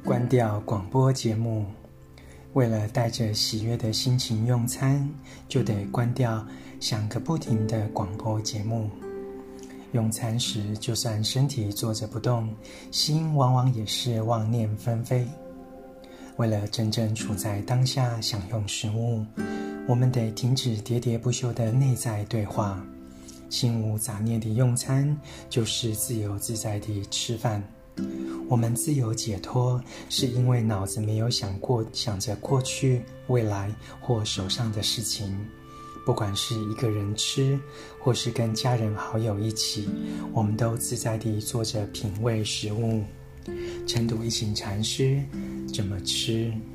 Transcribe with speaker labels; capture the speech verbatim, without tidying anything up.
Speaker 1: 关掉广播节目，为了带着喜悦的心情用餐，就得关掉响个不停的广播节目。用餐时，就算身体坐着不动，心往往也是妄念纷飞。为了真正处在当下享用食物，我们得停止喋喋不休的内在对话，心无杂念地用餐，就是自由自在地吃饭。我们自由解脱，是因为脑子没有想过想着过去、未来或手上的事情。不管是一个人吃，或是跟家人好友一起，我们都自在地坐着品味食物。晨读一行禅师怎么吃？